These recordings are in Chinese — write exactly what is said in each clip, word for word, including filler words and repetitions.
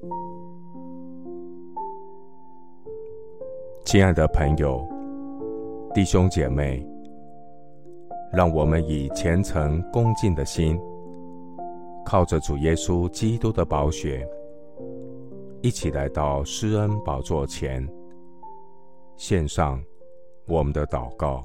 亲爱的朋友、弟兄姐妹，让我们以虔诚恭敬的心，靠着主耶稣基督的宝血，一起来到施恩宝座前，献上我们的祷告。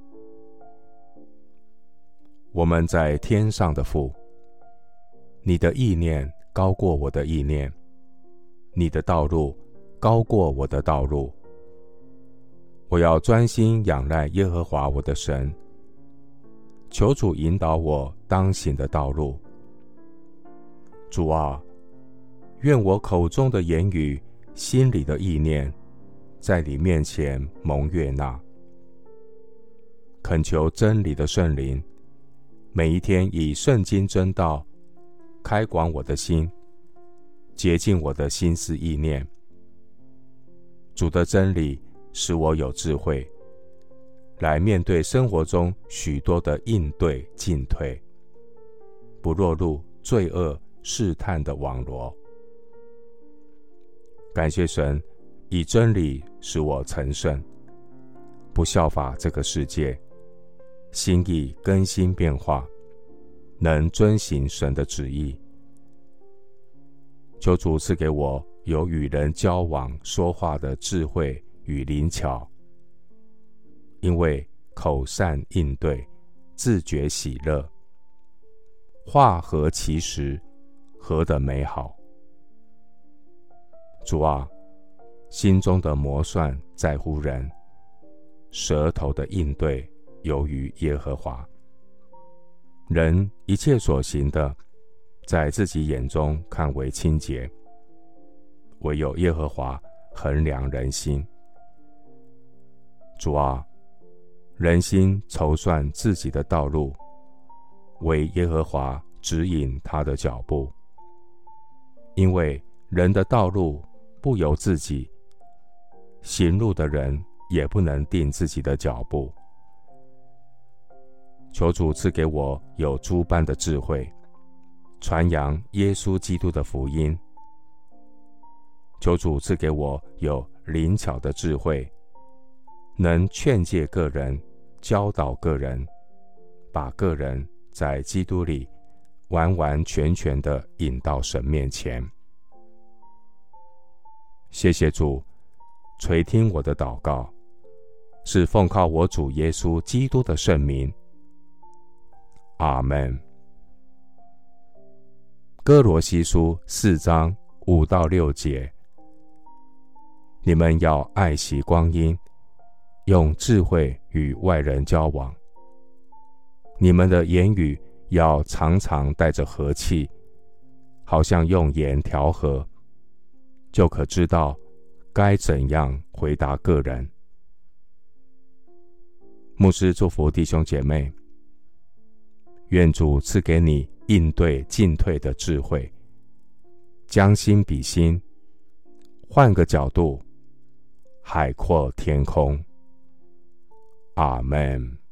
我们在天上的父，你的意念高过我的意念，你的道路高过我的道路。我要专心仰赖耶和华我的神，求主引导我当行的道路。主啊，愿我口中的言语、心里的意念，在你面前蒙悦纳。恳求真理的圣灵，每一天以圣经真道开广我的心，洁净我的心思意念。主的真理使我有智慧，来面对生活中许多的应对进退，不落入罪恶试探的网罗。感谢神，以真理使我成圣，不效法这个世界，心意更新变化，能遵行神的旨意。求主赐给我有与人交往说话的智慧与灵巧，因为口善应对，自觉喜乐，话合其时，何等美好。主啊，心中的谋算在乎人，舌头的应对由于耶和华。人一切所行的，在自己眼中看为清洁，唯有耶和华衡量人心。主啊，人心筹算自己的道路，唯耶和华指引他的脚步。因为人的道路不由自己，行路的人也不能定自己的脚步。求主赐给我有诸般的智慧，传扬耶稣基督的福音。求主赐给我有灵巧的智慧，能劝诫个人，教导个人，把个人在基督里完完全全地引到神面前。谢谢主垂听我的祷告，是奉靠我主耶稣基督的圣名。阿们。哥罗西书四章五到六节，你们要爱惜光阴，用智慧与外人交往。你们的言语要常常带着和气，好像用盐调和，就可知道该怎样回答个人。牧师祝福弟兄姐妹，愿主赐给你应对进退的智慧，将心比心，换个角度，海阔天空。阿们。